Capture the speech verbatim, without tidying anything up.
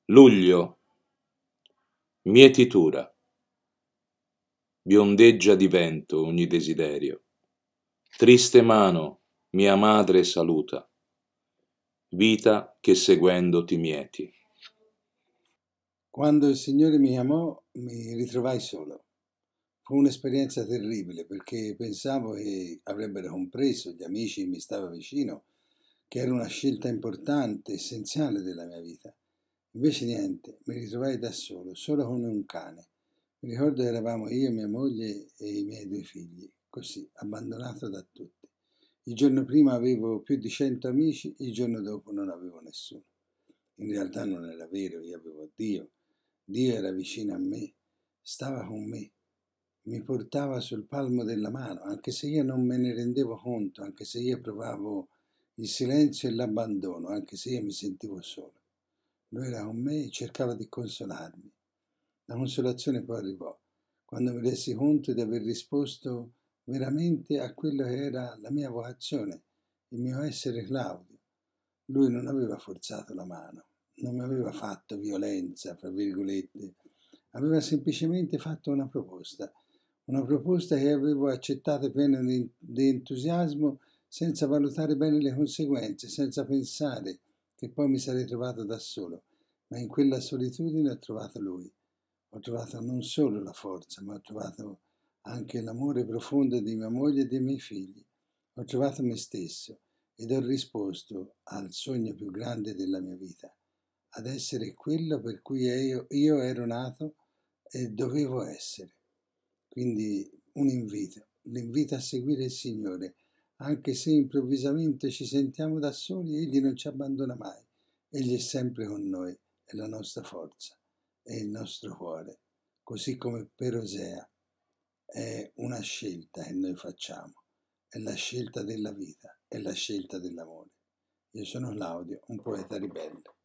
Luglio. Mietitura. Biondeggia di vento ogni desiderio. Triste mano mia madre saluta, vita che seguendo ti mieti. Quando il Signore mi chiamò, mi ritrovai solo. Fu un'esperienza terribile perché pensavo che avrebbero compreso gli amici che mi stavano vicino che era una scelta importante, essenziale della mia vita. Invece niente, mi ritrovai da solo, solo come un cane. Mi ricordo che eravamo io, mia moglie e i miei due figli, così, abbandonato da tutti. Il giorno prima avevo più di cento amici, il giorno dopo non avevo nessuno. In realtà non era vero, io avevo Dio. Dio era vicino a me, stava con me, mi portava sul palmo della mano, anche se io non me ne rendevo conto, anche se io provavo il silenzio e l'abbandono, anche se io mi sentivo solo. Lui era con me e cercava di consolarmi. La consolazione poi arrivò, quando mi resi conto di aver risposto veramente a quello che era la mia vocazione, il mio essere Claudio. Lui non aveva forzato la mano, non mi aveva fatto violenza, fra virgolette, aveva semplicemente fatto una proposta, una proposta che avevo accettato piena di, di entusiasmo, senza valutare bene le conseguenze, senza pensare che poi mi sarei trovato da solo, ma in quella solitudine ho trovato lui. Ho trovato non solo la forza, ma ho trovato anche l'amore profondo di mia moglie e dei miei figli. Ho trovato me stesso ed ho risposto al sogno più grande della mia vita, ad essere quello per cui io, io ero nato e dovevo essere. Quindi un invito, l'invito a seguire il Signore, anche se improvvisamente ci sentiamo da soli, Egli non ci abbandona mai, Egli è sempre con noi, è la nostra forza, è il nostro cuore, così come per Osea è una scelta che noi facciamo, è la scelta della vita, è la scelta dell'amore. Io sono Claudio, un poeta ribelle.